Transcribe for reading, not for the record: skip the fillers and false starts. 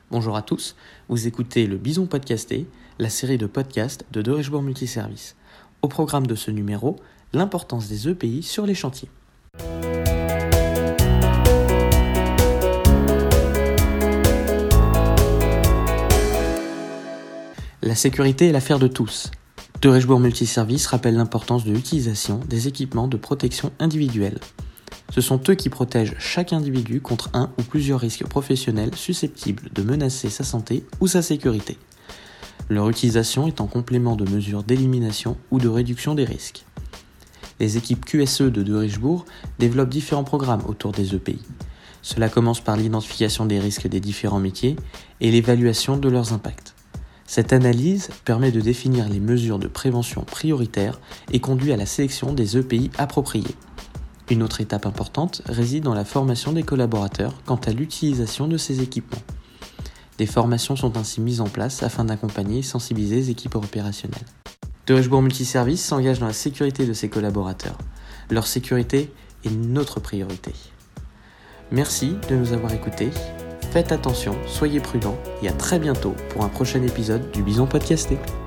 Bonjour à tous, vous écoutez le Bison Podcasté, la série de podcasts de Derichebourg Multiservice. Au programme de ce numéro, l'importance des EPI sur les chantiers. La sécurité est l'affaire de tous. Derichebourg Multiservice rappelle l'importance de l'utilisation des équipements de protection individuelle. Ce sont eux qui protègent chaque individu contre un ou plusieurs risques professionnels susceptibles de menacer sa santé ou sa sécurité. Leur utilisation est en complément de mesures d'élimination ou de réduction des risques. Les équipes QSE de Derichebourg développent différents programmes autour des EPI. Cela commence par l'identification des risques des différents métiers et l'évaluation de leurs impacts. Cette analyse permet de définir les mesures de prévention prioritaires et conduit à la sélection des EPI appropriés. Une autre étape importante réside dans la formation des collaborateurs quant à l'utilisation de ces équipements. Des formations sont ainsi mises en place afin d'accompagner et sensibiliser les équipes opérationnelles. Derichebourg Multiservice s'engage dans la sécurité de ses collaborateurs. Leur sécurité est notre priorité. Merci de nous avoir écoutés. Faites attention, soyez prudents et à très bientôt pour un prochain épisode du Bison Podcasté.